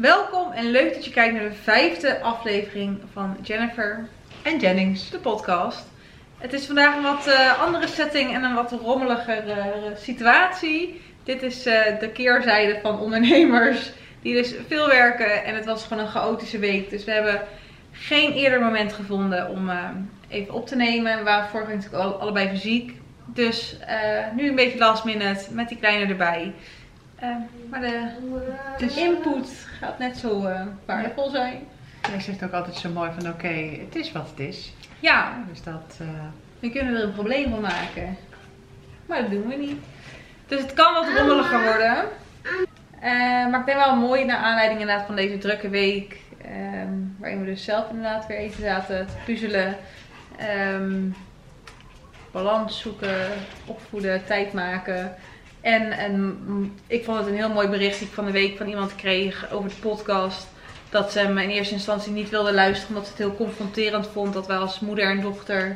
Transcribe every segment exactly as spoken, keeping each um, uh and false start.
Welkom en leuk dat je kijkt naar de vijfde aflevering van Jennifer en Jennings, de podcast. Het is vandaag een wat uh, andere setting en een wat rommeliger uh, situatie. Dit is uh, de keerzijde van ondernemers die dus veel werken en het was gewoon een chaotische week. Dus we hebben geen eerder moment gevonden om uh, even op te nemen. We waren vorige week natuurlijk al, allebei fysiek. Dus uh, nu een beetje last minute met die kleine erbij. Uh, maar de, de input gaat net zo uh, waardevol zijn. Jij zegt ook altijd zo mooi van oké, okay, het is wat het is. Ja, dus dat, uh... we kunnen er een probleem van maken. Maar dat doen we niet. Dus het kan wat rommeliger worden. Uh, maar ik denk wel mooi naar aanleiding inderdaad van deze drukke week. Um, waarin we dus zelf inderdaad weer even zaten te puzzelen. Um, balans zoeken, opvoeden, tijd maken. En, en ik vond het een heel mooi bericht die ik van de week van iemand kreeg over de podcast. Dat ze hem in eerste instantie niet wilde luisteren omdat ze het heel confronterend vond. Dat wij als moeder en dochter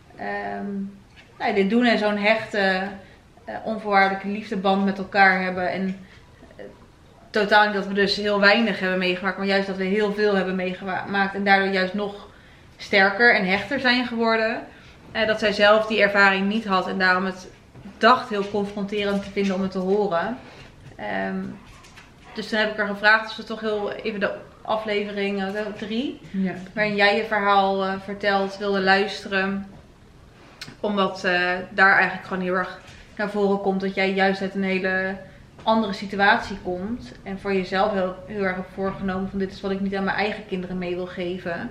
um, nou, dit doen en zo'n hechte, uh, onvoorwaardelijke liefdeband met elkaar hebben. En uh, totaal niet dat we dus heel weinig hebben meegemaakt. Maar juist dat we heel veel hebben meegemaakt. En daardoor juist nog sterker en hechter zijn geworden. Uh, dat zij zelf die ervaring niet had en daarom het dacht heel confronterend te vinden om het te horen. Um, dus toen heb ik haar gevraagd of ze toch heel even de aflevering uh, drie, ja. waarin jij je verhaal uh, vertelt, wilde luisteren. Omdat uh, daar eigenlijk gewoon heel erg naar voren komt dat jij juist uit een hele andere situatie komt. En voor jezelf heel, heel erg hebt voorgenomen van dit is wat ik niet aan mijn eigen kinderen mee wil geven.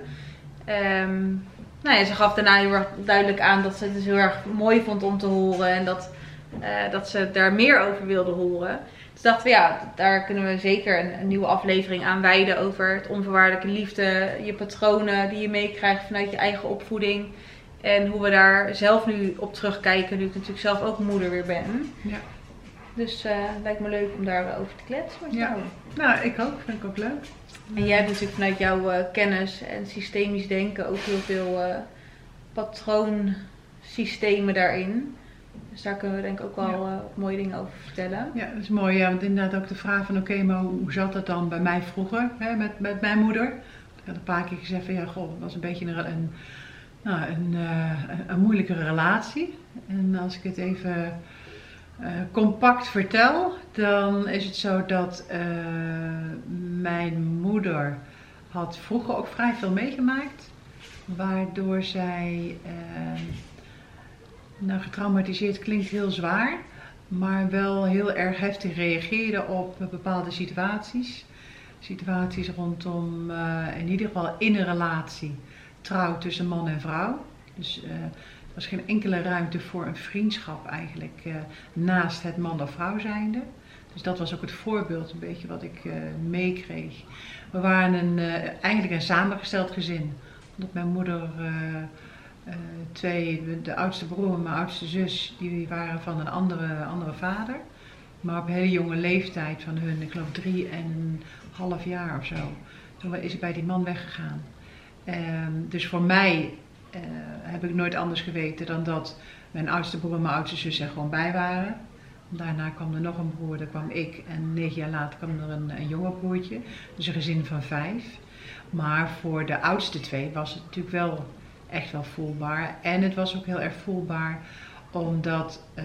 Um, Nou ja, ze gaf daarna heel erg duidelijk aan dat ze het dus heel erg mooi vond om te horen. En dat, uh, dat ze daar meer over wilde horen. Dus dachten we ja, daar kunnen we zeker een, een nieuwe aflevering aan wijden. Over het onvoorwaardelijke liefde. Je patronen die je meekrijgt vanuit je eigen opvoeding. En hoe we daar zelf nu op terugkijken. Nu ik natuurlijk zelf ook moeder weer ben. Ja. Dus uh, het lijkt me leuk om daarover te kletsen met jou. Ja. Nou, ik ook. Vind ik ook leuk. En jij hebt natuurlijk vanuit jouw uh, kennis en systemisch denken ook heel veel uh, patroonsystemen daarin. Dus daar kunnen we denk ik ook wel ja. uh, mooie dingen over vertellen. Ja, dat is mooi. Ja, want inderdaad ook de vraag van oké, okay, maar hoe zat dat dan bij mij vroeger hè, met, met mijn moeder? Ik had een paar keer gezegd van ja, goh, het was een beetje een, een, nou, een, uh, een moeilijke relatie. En als ik het even Uh, compact vertel, dan is het zo dat uh, mijn moeder had vroeger ook vrij veel meegemaakt, waardoor zij, uh, nou getraumatiseerd klinkt heel zwaar, maar wel heel erg heftig reageerde op bepaalde situaties. Situaties rondom, uh, in ieder geval in een relatie, trouw tussen man en vrouw. Dus uh, er was geen enkele ruimte voor een vriendschap eigenlijk uh, naast het man of vrouw zijnde. Dus dat was ook het voorbeeld een beetje wat ik uh, meekreeg. We waren een, uh, eigenlijk een samengesteld gezin. Omdat mijn moeder, uh, uh, twee, de oudste broer en mijn oudste zus, die waren van een andere, andere vader. Maar op een hele jonge leeftijd van hun, ik geloof drie en een half jaar of zo, toen is ik bij die man weggegaan. Um, dus voor mij Uh, heb ik nooit anders geweten dan dat mijn oudste broer en mijn oudste zus er gewoon bij waren. Daarna kwam er nog een broer, daar kwam ik en negen jaar later kwam er een, een jonger broertje. Dus een gezin van vijf. Maar voor de oudste twee was het natuurlijk wel echt wel voelbaar. En het was ook heel erg voelbaar omdat uh,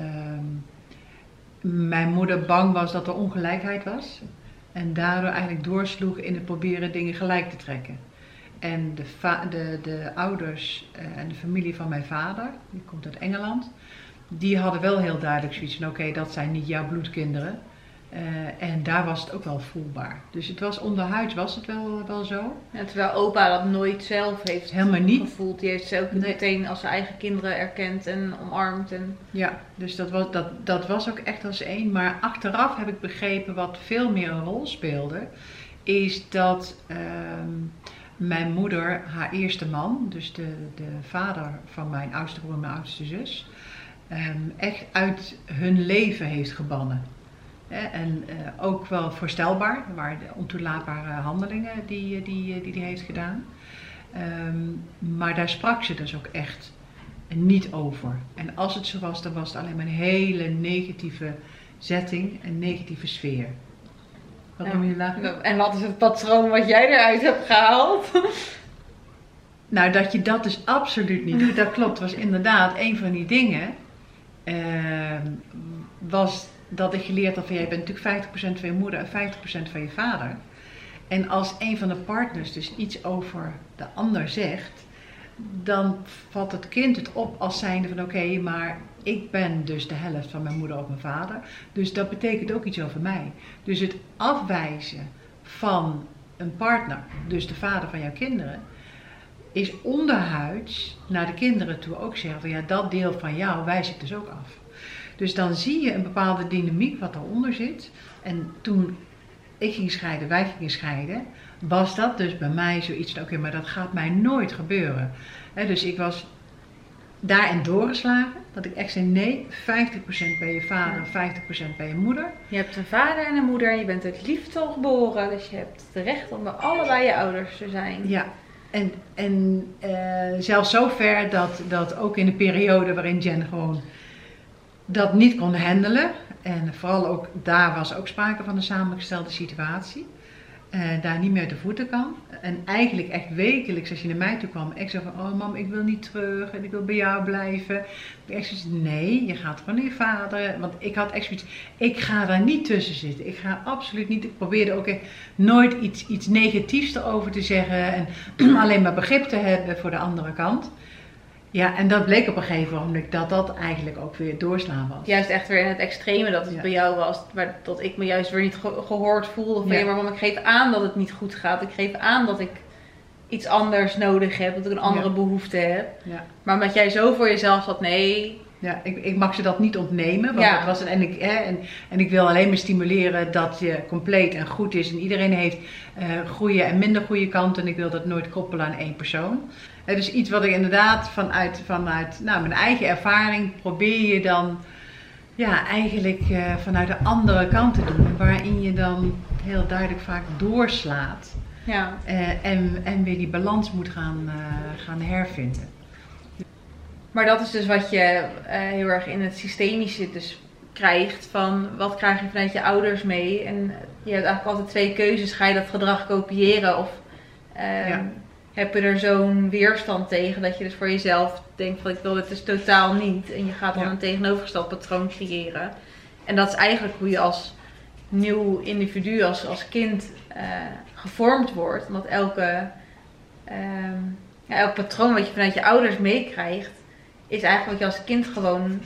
mijn moeder bang was dat er ongelijkheid was. En daardoor eigenlijk doorsloeg in het proberen dingen gelijk te trekken. En de, de, de ouders uh, en de familie van mijn vader, die komt uit Engeland, die hadden wel heel duidelijk zoiets van oké, okay, dat zijn niet jouw bloedkinderen. Uh, en daar was het ook wel voelbaar. Dus het was onderhuids was het wel, wel zo. Ja, terwijl opa dat nooit zelf heeft Helemaal niet gevoeld. Die heeft ze ook nee. meteen als zijn eigen kinderen erkend en omarmd. En... Ja, dus dat was, dat, dat was ook echt als één. Maar achteraf heb ik begrepen wat veel meer een rol speelde. Is dat uh, mijn moeder, haar eerste man, dus de, de vader van mijn oudste broer en mijn oudste zus, um, echt uit hun leven heeft gebannen. En uh, ook wel voorstelbaar, er waren de ontoelaatbare handelingen die die, die, die heeft gedaan. Um, maar daar sprak ze dus ook echt niet over. En als het zo was, dan was het alleen maar een hele negatieve setting, een negatieve sfeer. Waarom moet je lachen? En wat is het patroon wat jij eruit hebt gehaald? Nou, dat je dat dus absoluut niet doet, dat klopt. Was inderdaad een van die dingen. Uh, was dat ik geleerd had van, jij bent natuurlijk vijftig procent van je moeder en vijftig procent van je vader. En als een van de partners dus iets over de ander zegt, dan vat het kind het op als zijnde van, oké, okay, maar ik ben dus de helft van mijn moeder of mijn vader. Dus dat betekent ook iets over mij. Dus het afwijzen van een partner, dus de vader van jouw kinderen, is onderhuids naar de kinderen toe ook zeggen van, ja, dat deel van jou wijs ik dus ook af. Dus dan zie je een bepaalde dynamiek wat daaronder zit. En toen ik ging scheiden, wij gingen scheiden, was dat dus bij mij zoiets van, oké, okay, maar dat gaat mij nooit gebeuren. He, dus ik was daarin doorgeslagen, dat ik echt zei, nee, vijftig procent bij je vader, vijftig procent bij je moeder. Je hebt een vader en een moeder en je bent uit liefde geboren, dus je hebt het recht om bij allebei je ouders te zijn. Ja, en, en uh, zelfs zover dat, dat ook in de periode waarin Jen gewoon dat niet kon handelen, en vooral ook daar was ook sprake van een samengestelde situatie, uh, daar niet meer uit de voeten kan. En eigenlijk echt wekelijks als je naar mij toe kwam, ik zei van, oh mam, ik wil niet terug en ik wil bij jou blijven. Ik zei, nee, je gaat gewoon naar je vader, want ik had echt zoiets, ik ga daar niet tussen zitten. Ik ga absoluut niet, ik probeerde ook echt nooit iets, iets negatiefs erover te zeggen en alleen maar begrip te hebben voor de andere kant. Ja, en dat bleek op een gegeven moment dat dat eigenlijk ook weer doorslaan was. Juist echt weer in het extreme dat het ja. bij jou was, waar, dat ik me juist weer niet ge gehoord voelde. Of ja. maar ik geef aan dat het niet goed gaat. Ik geef aan dat ik iets anders nodig heb, dat ik een andere ja. behoefte heb. Ja. Maar omdat jij zo voor jezelf zat, nee. Ja, ik, ik mag ze dat niet ontnemen. Want ja. het was een, en, ik, hè, en, en ik wil alleen maar stimuleren dat je compleet en goed is. En iedereen heeft uh, goede en minder goede kanten. En ik wil dat nooit koppelen aan één persoon. Uh, dus iets wat ik inderdaad vanuit, vanuit nou, mijn eigen ervaring probeer je dan ja, eigenlijk uh, vanuit de andere kant te doen. Waarin je dan heel duidelijk vaak doorslaat. Ja. Uh, en, en weer die balans moet gaan, uh, gaan hervinden. Maar dat is dus wat je uh, heel erg in het systemische dus krijgt van wat krijg je vanuit je ouders mee. En je hebt eigenlijk altijd twee keuzes. Ga je dat gedrag kopiëren of uh, ja. heb je er zo'n weerstand tegen dat je dus voor jezelf denkt van ik wil het dus totaal niet. En je gaat dan ja. een tegenovergesteld patroon creëren. En dat is eigenlijk hoe je als nieuw individu, als, als kind uh, gevormd wordt. Omdat elke, uh, ja, elk patroon wat je vanuit je ouders meekrijgt, is eigenlijk wat je als kind gewoon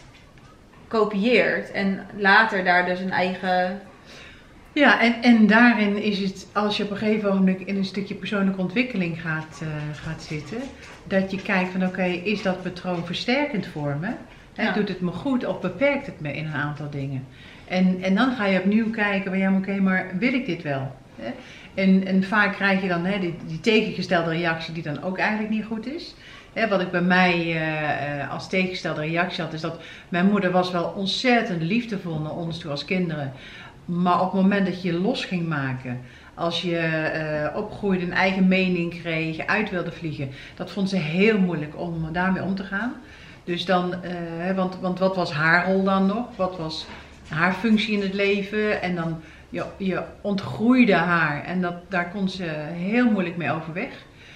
kopieert. En later daar dus een eigen... Ja, en, en daarin is het, als je op een gegeven moment in een stukje persoonlijke ontwikkeling gaat, uh, gaat zitten, dat je kijkt van oké, okay, is dat patroon versterkend voor me? Ja. Doet het me goed of beperkt het me in een aantal dingen? En, en dan ga je opnieuw kijken van ja, oké, okay, maar wil ik dit wel? En, en vaak krijg je dan hè, die, die tegengestelde reactie die dan ook eigenlijk niet goed is. Hè, wat ik bij mij uh, als tegengestelde reactie had, is dat mijn moeder was wel ontzettend liefdevol naar ons toe als kinderen. Maar op het moment dat je je los ging maken, als je uh, opgroeide, een eigen mening kreeg, uit wilde vliegen, dat vond ze heel moeilijk om daarmee om te gaan. Dus dan, uh, want, want wat was haar rol dan nog? Wat was haar functie in het leven? En dan, je, je ontgroeide haar en dat, daar kon ze heel moeilijk mee overweg.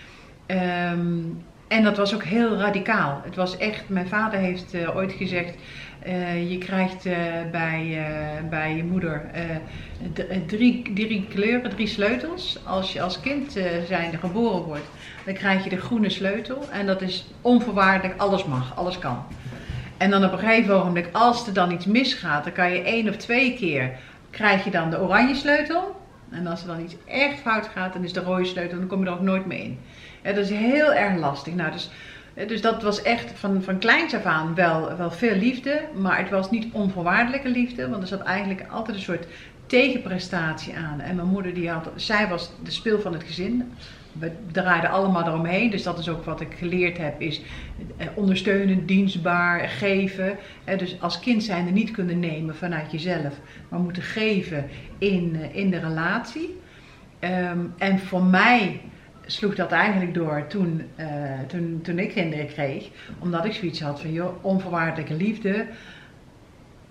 Um, en dat was ook heel radicaal. Het was echt, mijn vader heeft uh, ooit gezegd, uh, je krijgt uh, bij, uh, bij je moeder uh, drie, drie kleuren, drie sleutels. Als je als kind uh, zijnde geboren wordt, dan krijg je de groene sleutel. En dat is onvoorwaardelijk, alles mag, alles kan. En dan op een gegeven moment, als er dan iets misgaat, dan kan je één of twee keer, krijg je dan de oranje sleutel. En als er dan iets echt fout gaat, dan is de rode sleutel, dan kom je er ook nooit meer in. Ja, dat is heel erg lastig. Nou, dus, dus dat was echt van, van kleins af aan wel, wel veel liefde, maar het was niet onvoorwaardelijke liefde, want er zat eigenlijk altijd een soort tegenprestatie aan. En mijn moeder, die had, zij was de spil van het gezin. We draaiden allemaal eromheen, dus dat is ook wat ik geleerd heb, is ondersteunen, dienstbaar, geven. Dus als kind zijnde niet kunnen nemen vanuit jezelf, maar moeten geven in, in de relatie. Um, en voor mij sloeg dat eigenlijk door toen, uh, toen, toen ik kinderen kreeg, omdat ik zoiets had van, joh, onvoorwaardelijke liefde,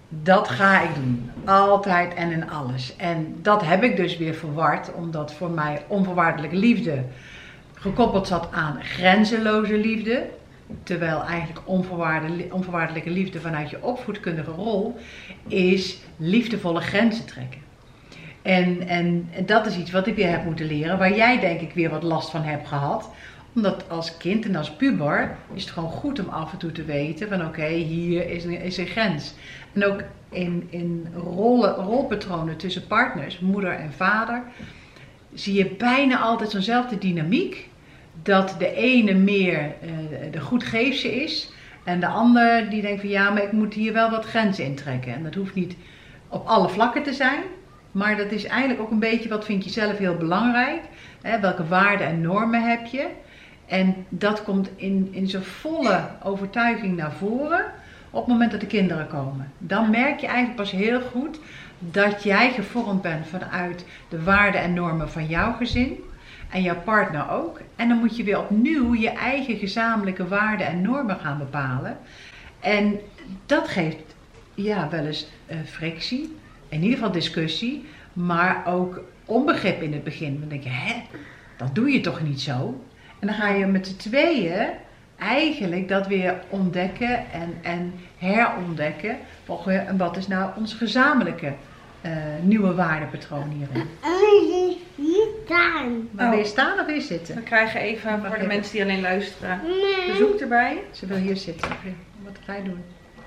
dat ga ik doen. Altijd en in alles. En dat heb ik dus weer verward, omdat voor mij onvoorwaardelijke liefde gekoppeld zat aan grenzeloze liefde. Terwijl eigenlijk onvoorwaardelijke liefde vanuit je opvoedkundige rol is liefdevolle grenzen trekken. En, en, en dat is iets wat ik weer heb moeten leren, waar jij denk ik weer wat last van hebt gehad. Omdat als kind en als puber is het gewoon goed om af en toe te weten van oké, okay, hier is een, is een grens. En ook in, in rollen, rolpatronen tussen partners, moeder en vader, zie je bijna altijd zo'nzelfde dynamiek. Dat de ene meer uh, de goedgeefse is en de ander die denkt van ja, maar ik moet hier wel wat grenzen intrekken. En dat hoeft niet op alle vlakken te zijn, maar dat is eigenlijk ook een beetje wat vind je zelf heel belangrijk. Hè? Welke waarden en normen heb je? En dat komt in, in zijn volle overtuiging naar voren op het moment dat de kinderen komen. Dan merk je eigenlijk pas heel goed dat jij gevormd bent vanuit de waarden en normen van jouw gezin. En jouw partner ook. En dan moet je weer opnieuw je eigen gezamenlijke waarden en normen gaan bepalen. En dat geeft ja, wel eens uh, frictie. In ieder geval discussie. Maar ook onbegrip in het begin. Dan denk je, hè, dat doe je toch niet zo? En dan ga je met z'n tweeën eigenlijk dat weer ontdekken en, en herontdekken. En wat is nou ons gezamenlijke uh, nieuwe waardepatroon hierin? Hier staan. Maar wil je staan of wil je zitten? We krijgen even voor de even. mensen die alleen luisteren Nee. bezoek erbij. Ze wil hier zitten. Wat ga je doen?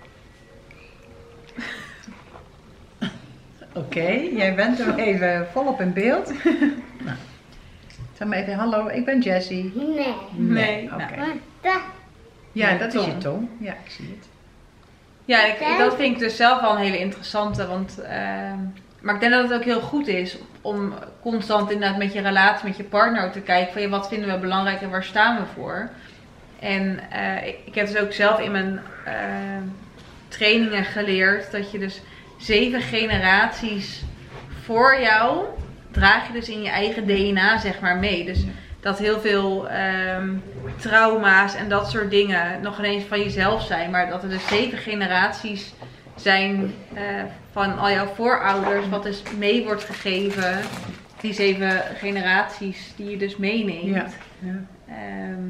Oké, okay, jij bent er even volop in beeld. Nou, zeg maar even hallo, ik ben Jessie. Nee. Nee. Oké. Nou. Wat dat? Ja, Ja, dat tong. is je tong. Ja, ik zie het. Ja, ik, ik- dat vind ik dus zelf wel een hele interessante. Want, ehm, maar ik denk dat het ook heel goed is om constant inderdaad met je relatie, met je partner ook te kijken van ja, wat vinden we belangrijk en waar staan we voor. En eh, ik, ik heb dus ook zelf in mijn eh, trainingen geleerd dat je dus zeven generaties voor jou draag je dus in je eigen D N A zeg maar mee. Dus dat heel veel ehm, trauma's en dat soort dingen nog ineens van jezelf zijn. Maar dat er dus zeven generaties zijn eh, van al jouw voorouders. Wat dus mee wordt gegeven. Die zeven generaties die je dus meeneemt. Ja. Ja. Ehm,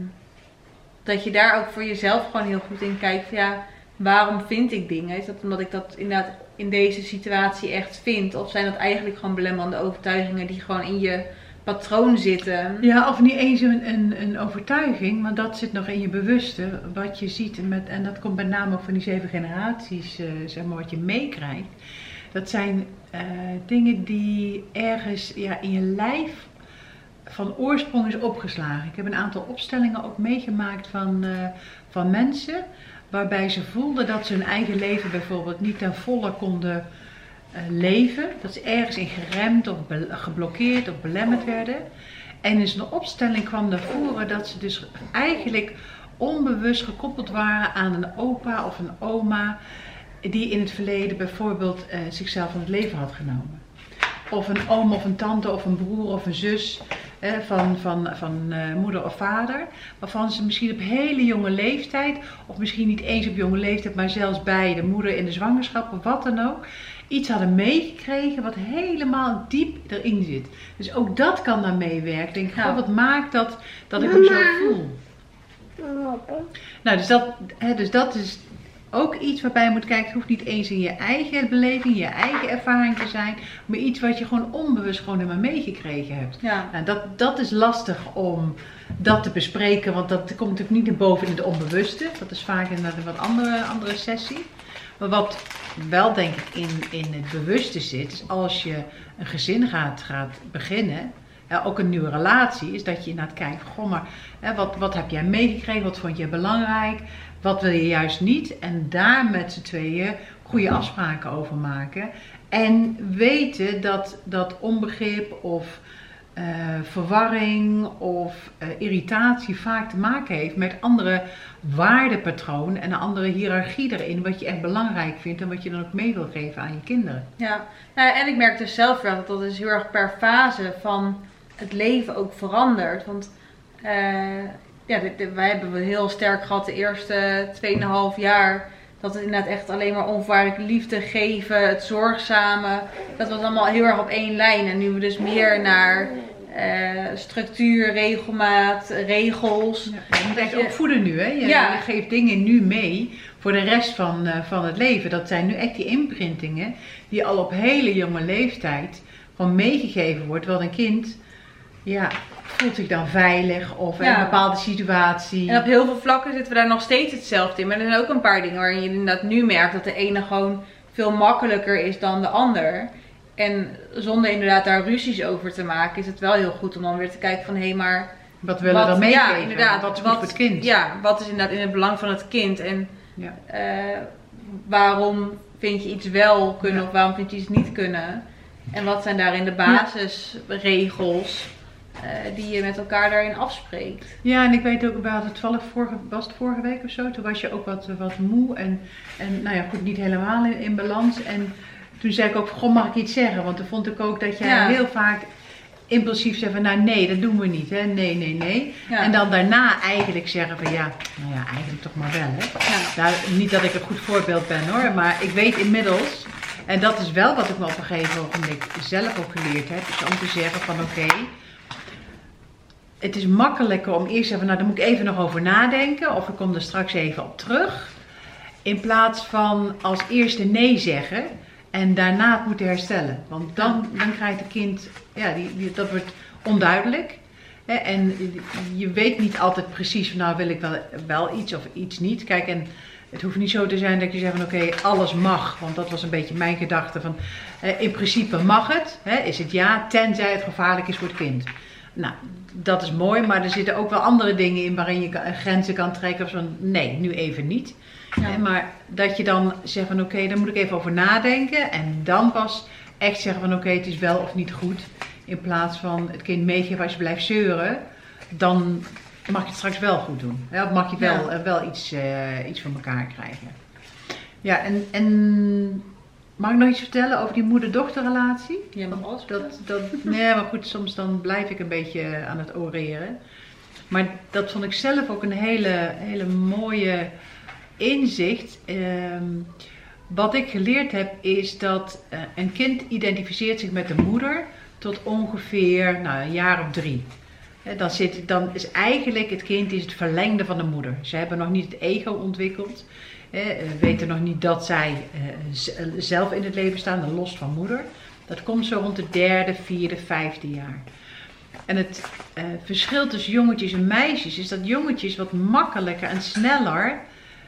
dat je daar ook voor jezelf gewoon heel goed in kijkt. Van, ja, waarom vind ik dingen? Is dat omdat ik dat inderdaad in deze situatie echt vind? Of zijn dat eigenlijk gewoon belemmerende overtuigingen die gewoon in je patroon zitten? Ja, of niet eens een, een, een overtuiging, maar dat zit nog in je bewuste. Wat je ziet, met, en dat komt met name ook van die zeven generaties, uh, zeg maar, wat je meekrijgt. Dat zijn uh, dingen die ergens ja, in je lijf van oorsprong is opgeslagen. Ik heb een aantal opstellingen ook meegemaakt van, uh, van mensen, waarbij ze voelden dat ze hun eigen leven bijvoorbeeld niet ten volle konden uh, leven. Dat ze ergens in geremd of geblokkeerd of belemmerd werden. En in zo'n opstelling kwam naar voren dat ze dus eigenlijk onbewust gekoppeld waren aan een opa of een oma die in het verleden bijvoorbeeld uh, zichzelf van het leven had genomen. Of een oom of een tante of een broer of een zus eh, van, van, van uh, moeder of vader. Waarvan ze misschien op hele jonge leeftijd, of misschien niet eens op jonge leeftijd, maar zelfs bij de moeder in de zwangerschap of wat dan ook, iets hadden meegekregen wat helemaal diep erin zit. Dus ook dat kan daar meewerken. Denk, Ja. goh, wat maakt dat, dat ik me zo voel? Nou, dus dat, hè, dus dat is ook iets waarbij je moet kijken. Het hoeft niet eens in je eigen beleving, je eigen ervaring te zijn. Maar iets wat je gewoon onbewust gewoon helemaal meegekregen hebt. Ja. Nou, dat, dat is lastig om dat te bespreken. Want dat komt natuurlijk niet naar boven in het onbewuste. Dat is vaak inderdaad een wat andere, andere sessie. Maar wat wel denk ik in, in het bewuste zit. Is als je een gezin gaat, gaat beginnen. Ja, ook een nieuwe relatie. Is dat je inderdaad kijkt. Goh, maar hè, wat, wat heb jij meegekregen? Wat vond je belangrijk? Wat wil je juist niet? En daar met z'n tweeën goede afspraken over maken. En weten dat, dat onbegrip of uh, verwarring of uh, irritatie vaak te maken heeft met andere waardepatronen en een andere hiërarchie erin. Wat je echt belangrijk vindt en wat je dan ook mee wil geven aan je kinderen. Ja, nou, en ik merk dus zelf wel dat dat dus heel erg per fase van het leven ook verandert. Want uh, ja, dit, dit, wij hebben heel sterk gehad de eerste tweeënhalf jaar Dat het inderdaad echt alleen maar onvoorwaardelijke liefde geven, het zorgzame. Dat was allemaal heel erg op één lijn. En nu we dus meer naar uh, structuur, regelmaat, regels. Ja, je moet echt opvoeden nu, hè? Je, ja. je geeft dingen nu mee voor de rest van, uh, van het leven. Dat zijn nu echt die imprintingen die al op hele jonge leeftijd gewoon meegegeven wordt. Terwijl een kind, ja, voelt zich dan veilig of in ja. een bepaalde situatie. En op heel veel vlakken zitten we daar nog steeds hetzelfde in. Maar er zijn ook een paar dingen waarin je inderdaad nu merkt dat de ene gewoon veel makkelijker is dan de ander. En zonder inderdaad daar ruzies over te maken is het wel heel goed om dan weer te kijken van hé hey, maar... Wat willen we dan meegeven? Ja, inderdaad. Wat is goed wat, voor het kind? Ja, wat is inderdaad in het belang van het kind en ja. uh, waarom vind je iets wel kunnen ja. of waarom vind je iets niet kunnen? En wat zijn daarin de basisregels uh, die je met elkaar daarin afspreekt? Ja, en ik weet ook, we hadden toevallig vorige, was het vorige week of zo, toen was je ook wat, wat moe en, en nou ja, goed, niet helemaal in, in balans. En toen zei ik ook, goh, mag ik iets zeggen? Want toen vond ik ook dat jij ja. heel vaak impulsief zei van, nou nee, dat doen we niet, hè, nee, nee, nee. Ja. En dan daarna eigenlijk zeggen van, ja, nou ja, eigenlijk toch maar wel, hè. Ja. Nou, niet dat ik een goed voorbeeld ben hoor, maar ik weet inmiddels, en dat is wel wat ik me op een gegeven moment zelf ook geleerd heb, is om te zeggen van, oké, okay, het is makkelijker om eerst even, nou daar moet ik even nog over nadenken, of ik kom er straks even op terug, in plaats van als eerste nee zeggen en daarna het moeten herstellen. Want dan, dan krijgt het kind, ja, die, die, dat wordt onduidelijk. Hè, en je weet niet altijd precies van, nou wil ik wel, wel iets of iets niet. Kijk, en het hoeft niet zo te zijn dat je zegt van oké, okay, alles mag. Want dat was een beetje mijn gedachte van, eh, in principe mag het, hè, is het ja, tenzij het gevaarlijk is voor het kind. Nou, dat is mooi, maar er zitten ook wel andere dingen in waarin je grenzen kan trekken. Of zo, nee, nu even niet. Ja. Maar dat je dan zegt van oké, okay, daar moet ik even over nadenken. En dan pas echt zeggen van oké, okay, het is wel of niet goed. In plaats van het kind meegeven als je blijft zeuren. Dan mag je het straks wel goed doen. Of mag je wel, ja. wel iets, uh, iets van elkaar krijgen. Ja, en, en mag ik nog iets vertellen over die moeder-dochterrelatie? Ja, mag alles dat, dat, nee, maar goed, soms dan blijf ik een beetje aan het oreren. Maar dat vond ik zelf ook een hele, hele mooie inzicht. Um, wat ik geleerd heb is dat uh, een kind identificeert zich met de moeder tot ongeveer nou, een jaar of drie. He, dan, zit, dan is eigenlijk het kind is het verlengde van de moeder. Ze hebben nog niet het ego ontwikkeld. He, weten nog niet dat zij uh, zelf in het leven staan, los van moeder. Dat komt zo rond de derde, vierde, vijfde jaar. En het uh, verschil tussen jongetjes en meisjes is dat jongetjes wat makkelijker en sneller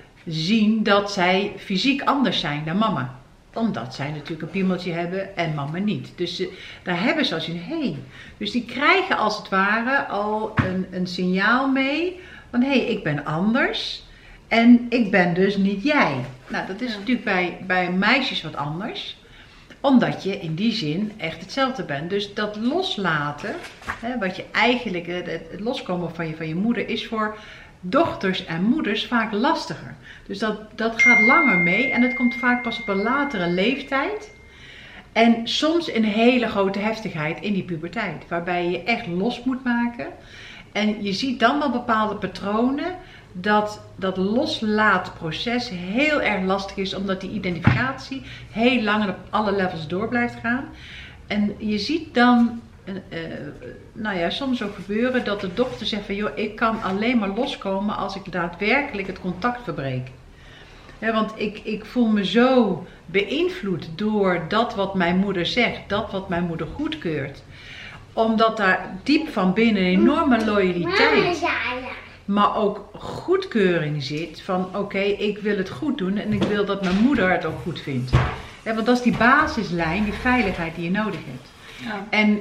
zien dat zij fysiek anders zijn dan mama. Omdat zij natuurlijk een piemeltje hebben en mama niet. Dus uh, daar hebben ze als een hey. Dus die krijgen als het ware al een, een signaal mee van hé, hey, ik ben anders en ik ben dus niet jij. Nou, dat is ja. natuurlijk bij, bij meisjes wat anders. Omdat je in die zin echt hetzelfde bent. Dus dat loslaten, hè, wat je eigenlijk, het, het loskomen van je, van je moeder is voor dochters en moeders vaak lastiger. Dus dat, dat gaat langer mee en het komt vaak pas op een latere leeftijd. En soms een hele grote heftigheid in die puberteit. Waarbij je echt los moet maken. En je ziet dan wel bepaalde patronen dat dat loslaatproces heel erg lastig is. Omdat die identificatie heel lang op alle levels door blijft gaan. En je ziet dan Uh, nou ja, soms ook gebeuren dat de dochter zegt van joh, ik kan alleen maar loskomen als ik daadwerkelijk het contact verbreek. He, want ik, ik voel me zo beïnvloed door dat wat mijn moeder zegt, dat wat mijn moeder goedkeurt. Omdat daar diep van binnen een enorme loyaliteit, maar ook goedkeuring zit van oké, okay, ik wil het goed doen en ik wil dat mijn moeder het ook goed vindt. He, want dat is die basislijn, die veiligheid die je nodig hebt. Ja. En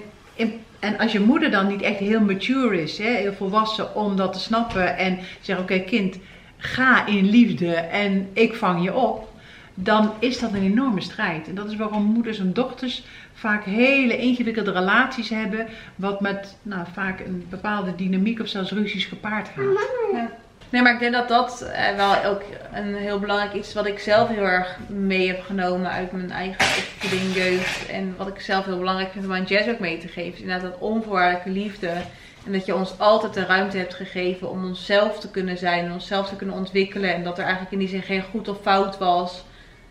En als je moeder dan niet echt heel mature is, hè, heel volwassen om dat te snappen en zegt oké okay, kind, ga in liefde en ik vang je op, dan is dat een enorme strijd. En dat is waarom moeders en dochters vaak hele ingewikkelde relaties hebben, wat met nou, vaak een bepaalde dynamiek of zelfs ruzies gepaard gaat. Ja. Nee, maar ik denk dat dat uh, wel ook een heel belangrijk iets is wat ik zelf heel erg mee heb genomen uit mijn eigen opvoeding, jeugd. En wat ik zelf heel belangrijk vind om aan Jess ook mee te geven. Is inderdaad dat onvoorwaardelijke liefde. En dat je ons altijd de ruimte hebt gegeven om onszelf te kunnen zijn en onszelf te kunnen ontwikkelen. En dat er eigenlijk in die zin geen goed of fout was.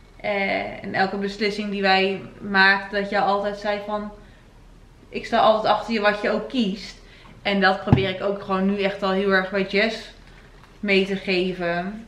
Uh, en elke beslissing die wij maakten, dat je altijd zei van, ik sta altijd achter je wat je ook kiest. En dat probeer ik ook gewoon nu echt al heel erg bij Jess mee te geven.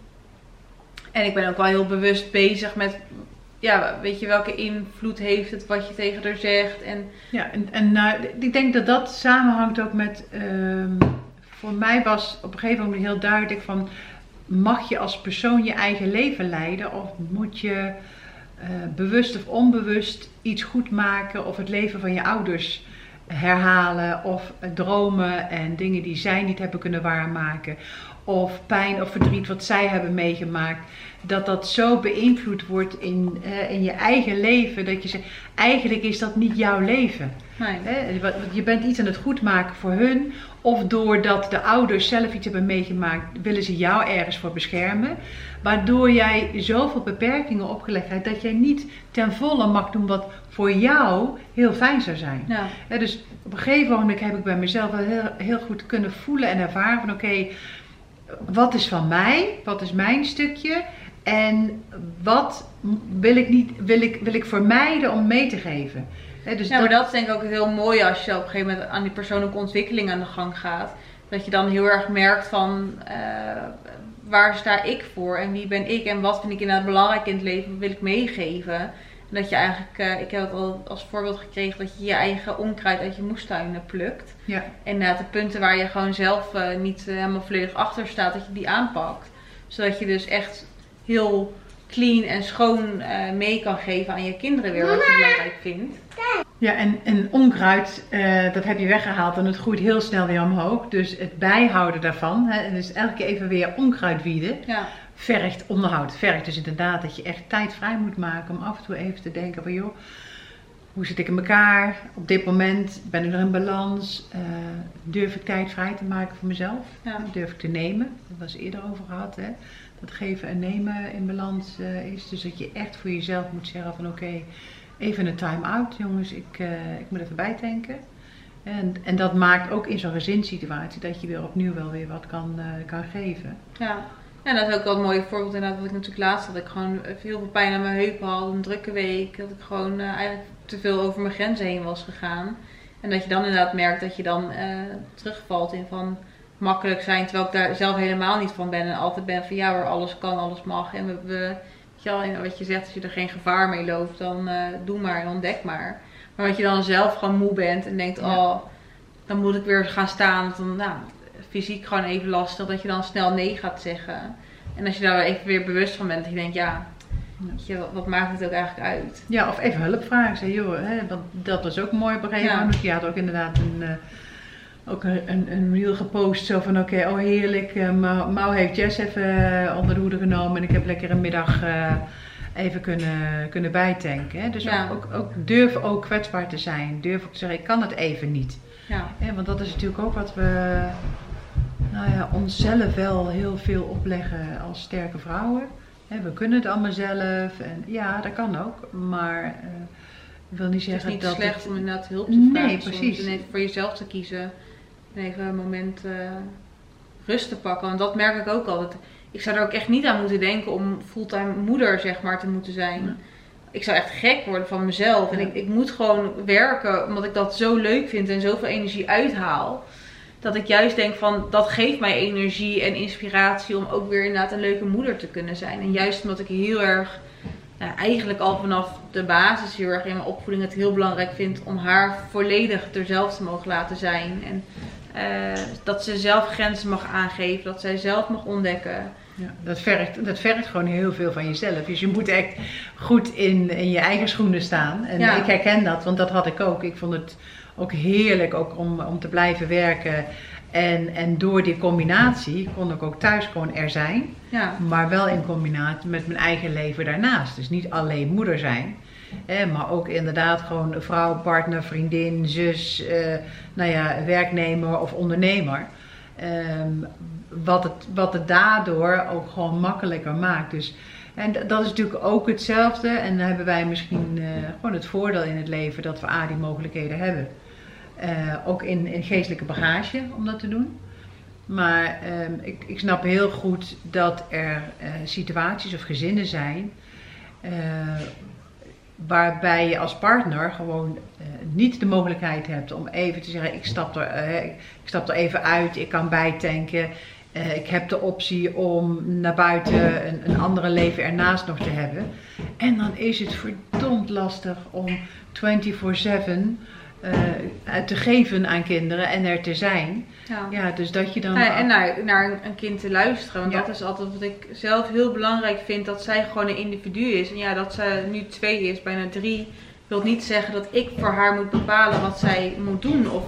En ik ben ook wel heel bewust bezig met, ja, weet je, welke invloed heeft het wat je tegen haar zegt. En ja, en, en uh, ik denk dat dat samenhangt ook met, uh, voor mij was op een gegeven moment heel duidelijk van, mag je als persoon je eigen leven leiden of moet je uh, bewust of onbewust iets goed maken of het leven van je ouders herhalen of dromen en dingen die zij niet hebben kunnen waarmaken of pijn of verdriet wat zij hebben meegemaakt, dat dat zo beïnvloed wordt in, uh, in je eigen leven dat je zegt, eigenlijk is dat niet jouw leven. Nee. Hè? Je bent iets aan het goedmaken voor hun of doordat de ouders zelf iets hebben meegemaakt willen ze jou ergens voor beschermen, waardoor jij zoveel beperkingen opgelegd hebt dat jij niet ten volle mag doen wat voor jou heel fijn zou zijn. Ja. Hè, dus op een gegeven moment heb ik bij mezelf wel heel, heel goed kunnen voelen en ervaren van oké, okay, wat is van mij, wat is mijn stukje en wat wil ik, niet, wil ik, wil ik vermijden om mee te geven. He, dus ja, maar dat, dat is denk ik ook heel mooi als je op een gegeven moment aan die persoonlijke ontwikkeling aan de gang gaat. Dat je dan heel erg merkt van, uh, waar sta ik voor en wie ben ik en wat vind ik inderdaad belangrijk in het leven, wat wil ik meegeven. En dat je eigenlijk, uh, ik heb het al als voorbeeld gekregen, dat je je eigen onkruid uit je moestuin plukt. Ja. En inderdaad de punten waar je gewoon zelf uh, niet uh, helemaal volledig achter staat, dat je die aanpakt. Zodat je dus echt heel clean en schoon uh, mee kan geven aan je kinderen weer, wat je belangrijk vindt. Ja, en, en onkruid, uh, dat heb je weggehaald en het groeit heel snel weer omhoog. Dus het bijhouden daarvan, hè, en dus elke keer even weer onkruid wieden, ja. vergt onderhoud. Vergt dus inderdaad dat je echt tijd vrij moet maken om af en toe even te denken van joh, hoe zit ik in elkaar? Op dit moment ben ik er in balans? Uh, durf ik tijd vrij te maken voor mezelf? Ja. Durf ik te nemen? Dat was eerder over gehad, hè? Dat geven en nemen in balans uh, is. Dus dat je echt voor jezelf moet zeggen van oké, okay, even een time-out jongens, ik, uh, ik moet even bijtanken. En, en dat maakt ook in zo'n gezinssituatie dat je weer opnieuw wel weer wat kan, uh, kan geven. Ja. Ja, dat is ook wel een mooi voorbeeld inderdaad, wat ik natuurlijk laatst had. Dat ik gewoon heel veel pijn aan mijn heupen had, een drukke week. Dat ik gewoon uh, eigenlijk te veel over mijn grenzen heen was gegaan. En dat je dan inderdaad merkt dat je dan uh, terugvalt in van makkelijk zijn. Terwijl ik daar zelf helemaal niet van ben. En altijd ben van ja hoor, alles kan, alles mag. En we, we, weet je wel, wat je zegt, als je er geen gevaar mee loopt, dan uh, doe maar en ontdek maar. Maar dat je dan zelf gewoon moe bent en denkt, ja. oh, dan moet ik weer gaan staan. Dan, nou, fysiek gewoon even lastig, dat je dan snel nee gaat zeggen. En als je daar even weer bewust van bent, dat je denkt, ja, weet je, wat, wat maakt het ook eigenlijk uit? Ja, of even hulp vragen. Zeg, joh, hè, want dat was ook mooi op een gegeven moment. Ja. Je had ook inderdaad een, uh, ook een, een, een reel gepost, zo van oké, okay, oh heerlijk, uh, Mau heeft Jess even uh, onder de hoede genomen en ik heb lekker een middag uh, even kunnen, kunnen bijtanken. Hè. Dus ja. ook, ook, ook durf ook kwetsbaar te zijn. Durf ook te zeggen, ik kan het even niet. Ja. Ja, want dat is natuurlijk ook wat we nou ja, onszelf wel heel veel opleggen als sterke vrouwen. He, we kunnen het allemaal zelf en ja, dat kan ook, maar uh, ik wil niet zeggen dat het is niet dat slecht het... om inderdaad hulp te vragen. Nee, precies. Om even voor jezelf te kiezen en even een moment uh, rust te pakken. Want dat merk ik ook altijd. Ik zou er ook echt niet aan moeten denken om fulltime moeder zeg maar te moeten zijn. Ja. Ik zou echt gek worden van mezelf. En ja. ik, ik moet gewoon werken omdat ik dat zo leuk vind en zoveel energie uithaal. Dat ik juist denk van, dat geeft mij energie en inspiratie om ook weer inderdaad een leuke moeder te kunnen zijn. En juist omdat ik heel erg, nou, eigenlijk al vanaf de basis heel erg in mijn opvoeding het heel belangrijk vind om haar volledig erzelf te mogen laten zijn. En uh, dat ze zelf grenzen mag aangeven, dat zij zelf mag ontdekken. Ja, dat vergt, dat vergt gewoon heel veel van jezelf. Dus je moet echt goed in, in je eigen schoenen staan. En ja. ik herken dat, want dat had ik ook. Ik vond het ook heerlijk ook om, om te blijven werken. En, en door die combinatie kon ik ook thuis gewoon er zijn. Ja. Maar wel in combinatie met mijn eigen leven daarnaast. Dus niet alleen moeder zijn. Eh, maar ook inderdaad gewoon vrouw, partner, vriendin, zus, eh, nou ja, werknemer of ondernemer. Um, wat, het, wat het daardoor ook gewoon makkelijker maakt. Dus, en dat is natuurlijk ook hetzelfde. En dan hebben wij misschien uh, gewoon het voordeel in het leven dat we A, die mogelijkheden hebben. Uh, ook in, in geestelijke bagage om dat te doen. Maar um, ik, ik snap heel goed dat er uh, situaties of gezinnen zijn uh, waarbij je als partner gewoon uh, niet de mogelijkheid hebt om even te zeggen, ik stap er, uh, ik stap er even uit, ik kan bijtanken. Uh, ik heb de optie om naar buiten een, een andere leven ernaast nog te hebben. En dan is het verdomd lastig om vierentwintig zeven uh, te geven aan kinderen en er te zijn. Ja, ja dus dat je dan... Ja, en naar, naar een kind te luisteren. Want ja. dat is altijd wat ik zelf heel belangrijk vind. Dat zij gewoon een individu is. En ja, dat ze nu twee is, bijna drie. Wil niet zeggen dat ik voor haar moet bepalen wat zij moet doen. Of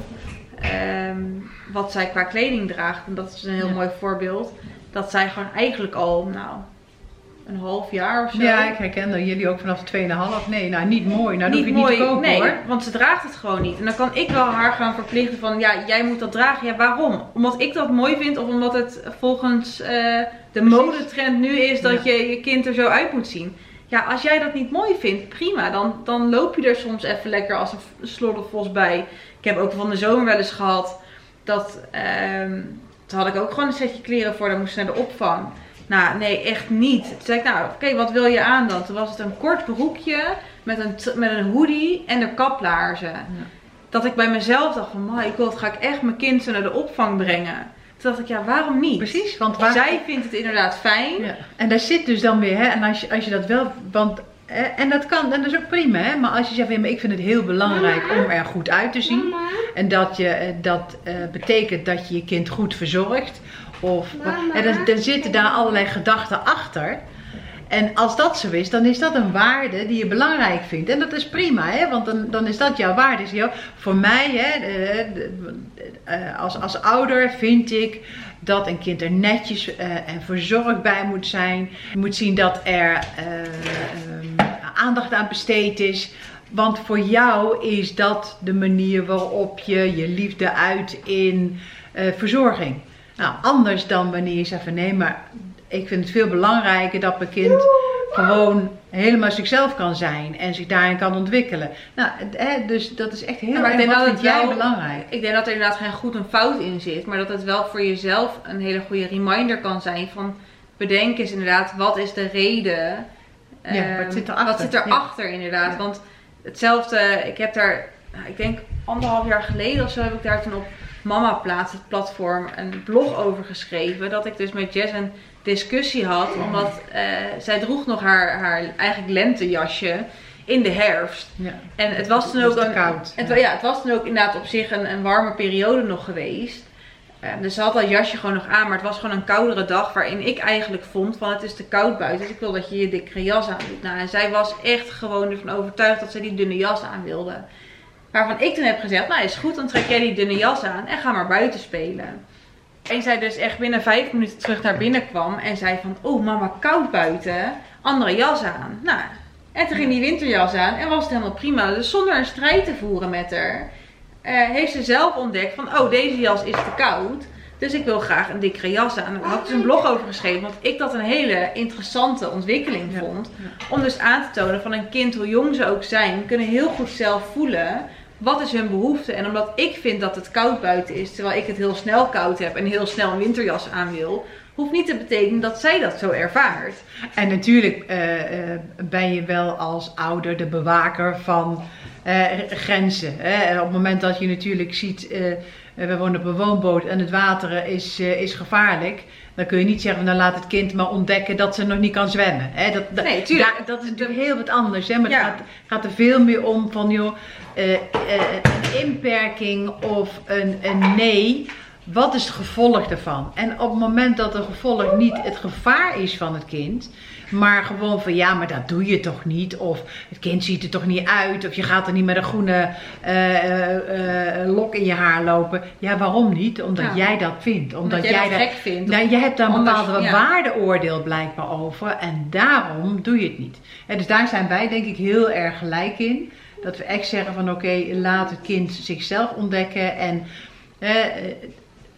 um, wat zij qua kleding draagt. En dat is een heel ja. mooi voorbeeld. Dat zij gewoon eigenlijk al, nou... een half jaar of zo. Ja, ik herken dat jullie ook vanaf twee en een half. Nee, nou niet mooi. Nou niet doe ik het mooi, niet te kopen nee, hoor. Want ze draagt het gewoon niet. En dan kan ik wel haar gaan verplichten van, ja, jij moet dat dragen. Ja, waarom? Omdat ik dat mooi vind of omdat het volgens uh, de Precies. modetrend nu is dat ja. je je kind er zo uit moet zien. Ja, als jij dat niet mooi vindt, prima. Dan, dan loop je er soms even lekker als een sloddervos bij. Ik heb ook van de zomer wel eens gehad dat, um, toen had ik ook gewoon een setje kleren voor, dan moest ze naar de opvang. Nou, nee, echt niet. Toen zei ik, nou, oké, okay, wat wil je aan dan? Toen was het een kort broekje met een, met een hoodie en de kaplaarzen. Ja. Dat ik bij mezelf dacht van, ma, ik wil het, ga ik echt mijn kind zo naar de opvang brengen. Toen dacht ik, ja, waarom niet? Precies, want waar... zij vindt het inderdaad fijn. Ja. En daar zit dus dan weer, hè, en als je, als je dat wel, want, hè, en dat kan, en dat is ook prima, hè, maar als je zegt, ja, maar ik vind het heel belangrijk om er goed uit te zien. Mama. En dat, je, dat uh, betekent dat je je kind goed verzorgt. Of, en er, er zitten daar allerlei gedachten achter. En als dat zo is, dan is dat een waarde die je belangrijk vindt. En dat is prima, hè? Want dan, dan is dat jouw waarde. Dus, voor mij, hè, de, de, de, als, als ouder vind ik dat een kind er netjes uh, en verzorgd bij moet zijn. Je moet zien dat er uh, um, aandacht aan besteed is. Want voor jou is dat de manier waarop je je liefde uit in uh, verzorging. Nou, anders dan wanneer je zegt van nee, maar ik vind het veel belangrijker dat mijn kind gewoon helemaal zichzelf kan zijn en zich daarin kan ontwikkelen. Nou, hè, dus dat is echt heel ja, erg, wat vind jij wel, belangrijk? Ik denk dat er inderdaad geen goed en fout in zit, maar dat het wel voor jezelf een hele goede reminder kan zijn van bedenk eens inderdaad, wat is de reden? Ja, um, wat zit erachter? Wat zit erachter ja. inderdaad, ja. Want hetzelfde, ik heb daar, nou, ik denk anderhalf jaar geleden of zo heb ik daar toen op Mama Plaats, het platform, een blog over geschreven. Dat ik dus met Jess een discussie had. Omdat uh, zij droeg nog haar, haar eigenlijk lentejasje in de herfst. Ja. En het was toen ook een, koud. Het, ja, het was toen ook inderdaad op zich een, een warme periode nog geweest. Uh, dus ze had dat jasje gewoon nog aan. Maar het was gewoon een koudere dag waarin ik eigenlijk vond van het is te koud buiten. Dus ik wil dat je je dikkere jas aan doet. Nou, en zij was echt gewoon ervan overtuigd dat zij die dunne jas aan wilde. Waarvan ik toen heb gezegd, nou is goed, dan trek jij die dunne jas aan en ga maar buiten spelen. En zij dus echt binnen vijf minuten terug naar binnen kwam en zei van, oh mama, koud buiten, andere jas aan. Nou, en toen ging die winterjas aan en was het helemaal prima. Dus zonder een strijd te voeren met haar, uh, heeft ze zelf ontdekt van, oh deze jas is te koud. Dus ik wil graag een dikkere jas aan. Daar had ik dus een blog over geschreven, want ik dat een hele interessante ontwikkeling vond. Ja, ja. Om dus aan te tonen van een kind, hoe jong ze ook zijn, kunnen heel goed zelf voelen wat is hun behoefte. En omdat ik vind dat het koud buiten is, terwijl ik het heel snel koud heb en heel snel een winterjas aan wil, hoeft niet te betekenen dat zij dat zo ervaart. En natuurlijk uh, uh, ben je wel als ouder de bewaker van uh, grenzen. Hè? En op het moment dat je natuurlijk ziet, uh, we wonen op een woonboot en het water is, uh, is gevaarlijk. Dan kun je niet zeggen, nou laat het kind maar ontdekken dat ze nog niet kan zwemmen. Hè? Dat, dat, nee, tuurlijk. Da, dat is natuurlijk heel wat anders. Hè? Maar ja. het gaat, gaat er veel meer om van, joh, uh, uh, een inperking of een, een nee. Wat is het gevolg daarvan? En op het moment dat het gevolg niet het gevaar is van het kind, maar gewoon van ja, maar dat doe je toch niet? Of het kind ziet er toch niet uit? Of je gaat er niet met een groene uh, uh, uh, lok in je haar lopen. Ja, waarom niet? Omdat ja. jij dat vindt. Omdat, Omdat jij, jij dat gek vindt. Nou, je hebt daar een anders, bepaalde ja. waardeoordeel blijkbaar over. En daarom doe je het niet. En dus daar zijn wij denk ik heel erg gelijk in. Dat we echt zeggen van oké, okay, laat het kind zichzelf ontdekken. En uh,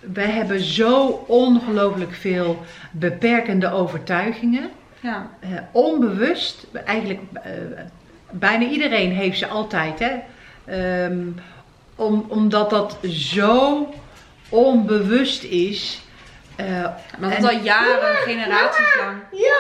wij hebben zo ongelooflijk veel beperkende overtuigingen. Ja. Uh, onbewust, eigenlijk uh, bijna iedereen heeft ze altijd. Hè? Um, om, omdat dat zo onbewust is. Uh, maar dat en... al jaren, generaties lang. Ja.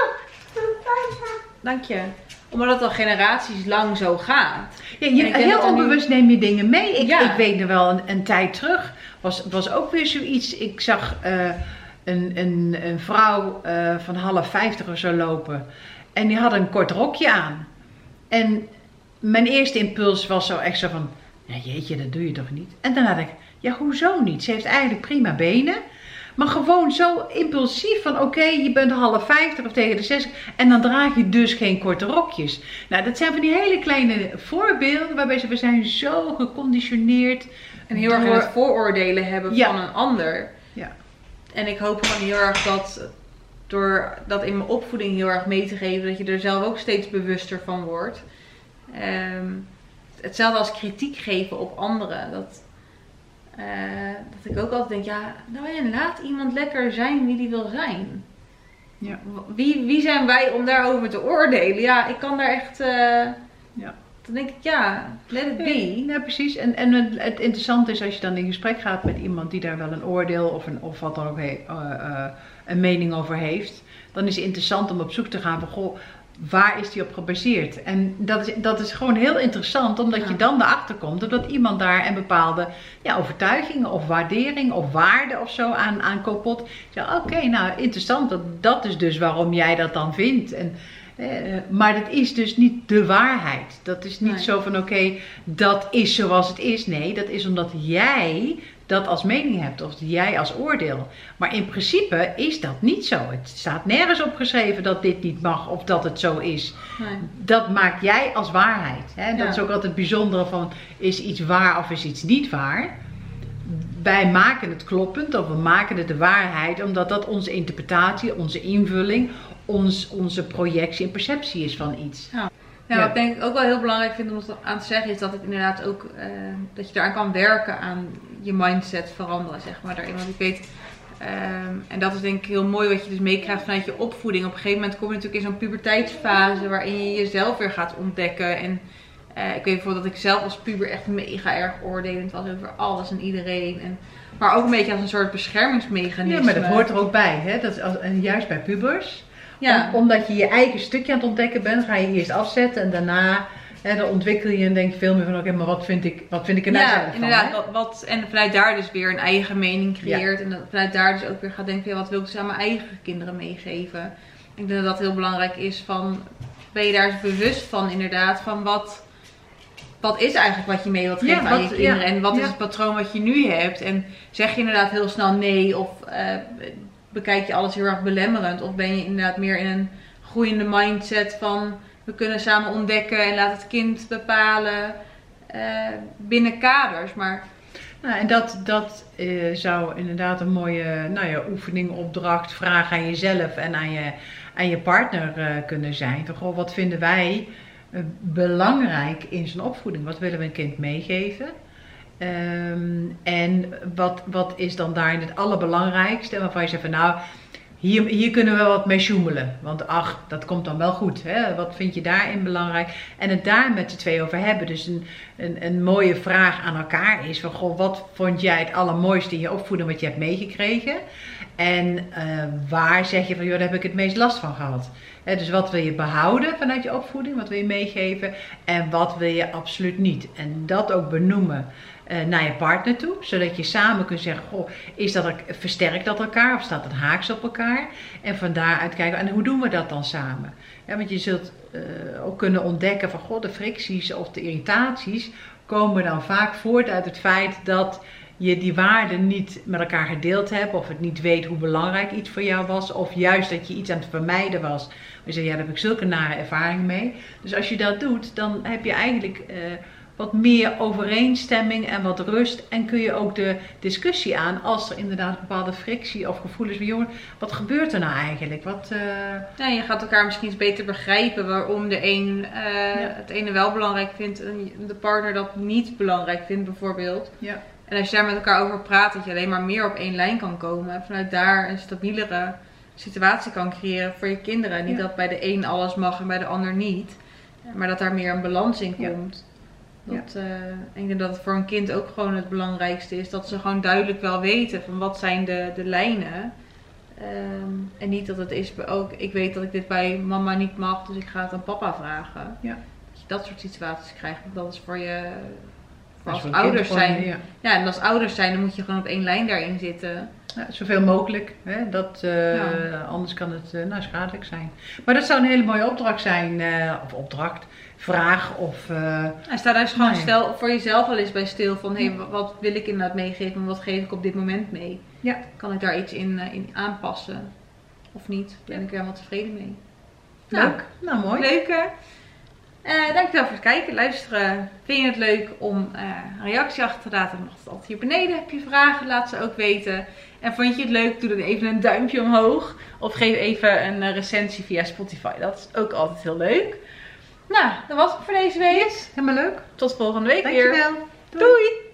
Dank je. Omdat het al generaties lang zo gaat. Ja, je, heel onbewust nu... neem je dingen mee. Ik, ja. ik weet nog wel een, een tijd terug. Was, was ook weer zoiets. Ik zag uh, een, een, een vrouw uh, van half vijftig of zo lopen. En die had een kort rokje aan. En mijn eerste impuls was zo echt zo van... Ja, jeetje, dat doe je toch niet? En daarna dacht ik, ja, hoezo niet? Ze heeft eigenlijk prima benen. Maar gewoon zo impulsief van, oké, okay, je bent half vijftig of tegen de zestig. En dan draag je dus geen korte rokjes. Nou, dat zijn van die hele kleine voorbeelden waarbij ze, we zijn zo geconditioneerd. En heel door... erg het vooroordelen hebben ja. van een ander. Ja. En ik hoop gewoon heel erg dat, door dat in mijn opvoeding heel erg mee te geven, dat je er zelf ook steeds bewuster van wordt. Um, hetzelfde als kritiek geven op anderen. Dat, uh, dat ik ook altijd denk, ja, nou ja, laat iemand lekker zijn wie die wil zijn. Ja. Wie, wie zijn wij om daarover te oordelen? Ja, ik kan daar echt... Uh, ja. Dan denk ik, ja, let it be. Ja, precies. En, en het, het interessante is als je dan in gesprek gaat met iemand die daar wel een oordeel of, een, of wat dan ook he, uh, uh, een mening over heeft. Dan is het interessant om op zoek te gaan van, goh, waar is die op gebaseerd? En dat is, dat is gewoon heel interessant, omdat ja. je dan erachter komt dat iemand daar een bepaalde ja, overtuigingen of waardering of waarde of zo aan, aan koppelt. Ja, oké, okay, nou interessant, dat, dat is dus waarom jij dat dan vindt. En, eh, maar dat is dus niet de waarheid. Dat is niet nee. zo van oké, okay, dat is zoals het is. Nee, dat is omdat jij dat als mening hebt of jij als oordeel. Maar in principe is dat niet zo. Het staat nergens opgeschreven dat dit niet mag of dat het zo is. Nee. Dat maak jij als waarheid. Hè? Dat ja. is ook altijd het bijzondere van, is iets waar of is iets niet waar? Wij maken het kloppend of we maken het de waarheid omdat dat onze interpretatie, onze invulling, ons, onze projectie en perceptie is van iets. Ja. Nou, ja. Wat ik denk ook wel heel belangrijk vind om het aan te zeggen is dat het inderdaad ook uh, dat je eraan kan werken aan je mindset veranderen, zeg maar. Daarin, want ik weet, um, en dat is denk ik heel mooi wat je dus meekrijgt vanuit je opvoeding. Op een gegeven moment kom je natuurlijk in zo'n puberteitsfase waarin je jezelf weer gaat ontdekken. En uh, ik weet bijvoorbeeld dat ik zelf als puber echt mega erg oordelend was over alles en iedereen. En, maar ook een beetje als een soort beschermingsmechanisme. Ja, maar dat hoort er ook bij, hè? Dat is als, en juist bij pubers. Ja. Om, omdat je je eigen stukje aan het ontdekken bent, ga je eerst afzetten en daarna hè, dan ontwikkel je en denk je veel meer van oké, okay, maar wat vind ik, wat vind ik er nou ja, zelf van? Inderdaad, wat, wat, en vanuit daar dus weer een eigen mening creëert. Ja. En vanuit daar dus ook weer gaat denken, ja, wat wil ik dus aan mijn eigen kinderen meegeven? Ik denk dat dat heel belangrijk is van, ben je daar dus bewust van inderdaad, van wat, wat is eigenlijk wat je mee wilt geven ja, aan wat, je kinderen? Ja, en wat ja. is het patroon wat je nu hebt? En zeg je inderdaad heel snel nee of... Uh, bekijk je alles heel erg belemmerend of ben je inderdaad meer in een groeiende mindset van we kunnen samen ontdekken en laat het kind bepalen uh, binnen kaders. Maar... Nou, en dat, dat uh, zou inderdaad een mooie nou ja, oefening, opdracht, vraag aan jezelf en aan je, aan je partner uh, kunnen zijn. Van, goh, wat vinden wij uh, belangrijk in zijn opvoeding? Wat willen we een kind meegeven? Um, en wat, wat is dan daarin het allerbelangrijkste? Waarvan je zegt van nou, hier, hier kunnen we wat mee sjoemelen. Want ach, dat komt dan wel goed. Hè? Wat vind je daarin belangrijk? En het daar met z'n twee over hebben. Dus een, een, een mooie vraag aan elkaar is van goh, wat vond jij het allermooiste in je opvoeding wat je hebt meegekregen? En uh, waar zeg je van joh, daar heb ik het meest last van gehad? He, dus wat wil je behouden vanuit je opvoeding? Wat wil je meegeven? En wat wil je absoluut niet? En dat ook benoemen uh, naar je partner toe. Zodat je samen kunt zeggen, goh, is dat, versterkt dat elkaar? Of staat dat haaks op elkaar? En van daaruit kijken, en hoe doen we dat dan samen? Ja, want je zult uh, ook kunnen ontdekken van, goh, de fricties of de irritaties komen dan vaak voort uit het feit dat je die waarden niet met elkaar gedeeld hebt, of het niet weet hoe belangrijk iets voor jou was, of juist dat je iets aan het vermijden was. Je zegt, ja, daar heb ik zulke nare ervaringen mee. Dus als je dat doet, dan heb je eigenlijk uh, wat meer overeenstemming en wat rust. En kun je ook de discussie aan als er inderdaad bepaalde frictie of gevoelens van, jongen, wat gebeurt er nou eigenlijk? Wat, uh... ja, je gaat elkaar misschien eens beter begrijpen waarom de een uh, ja. het ene wel belangrijk vindt en de partner dat niet belangrijk vindt bijvoorbeeld. Ja. En als je daar met elkaar over praat, dat je alleen maar meer op één lijn kan komen. En vanuit daar een stabielere situatie kan creëren voor je kinderen. Niet Ja. dat bij de een alles mag en bij de ander niet. Maar dat daar meer een balans in Ja. komt. Dat, uh, en ik denk dat het voor een kind ook gewoon het belangrijkste is. Dat ze gewoon duidelijk wel weten van wat zijn de, de lijnen. Um, en niet dat het is ook, ik weet dat ik dit bij mama niet mag, dus ik ga het aan papa vragen. Ja. Dat je dat soort situaties krijgt. Dat is voor je, voor Dat als is voor een ouders kind gewoon, zijn. ja. Ja, en als ouders zijn, dan moet je gewoon op één lijn daarin zitten. Ja, zoveel mogelijk. Hè? Dat, uh, Ja. Anders kan het uh, nou, schadelijk zijn. Maar dat zou een hele mooie opdracht zijn. Uh, of opdracht, vraag of... Uh, En sta daar eens gewoon nou ja. stel, voor jezelf al eens bij stil van... Hé, hey, wat wil ik inderdaad meegeven en wat geef ik op dit moment mee? Ja. Kan ik daar iets in, uh, in aanpassen? Of niet? Ben ik er helemaal tevreden mee? Leuk. Nou, mooi. Leuk hè? Uh, dankjewel voor het kijken, luisteren. Vind je het leuk om uh, een reactie achter te laten? Dan mag het altijd hier beneden. Heb je vragen? Laat ze ook weten. En vond je het leuk? Doe dan even een duimpje omhoog. Of geef even een uh, recensie via Spotify. Dat is ook altijd heel leuk. Nou, dat was het voor deze week. Yes, helemaal leuk. Tot volgende week Dankjewel. weer. Doei!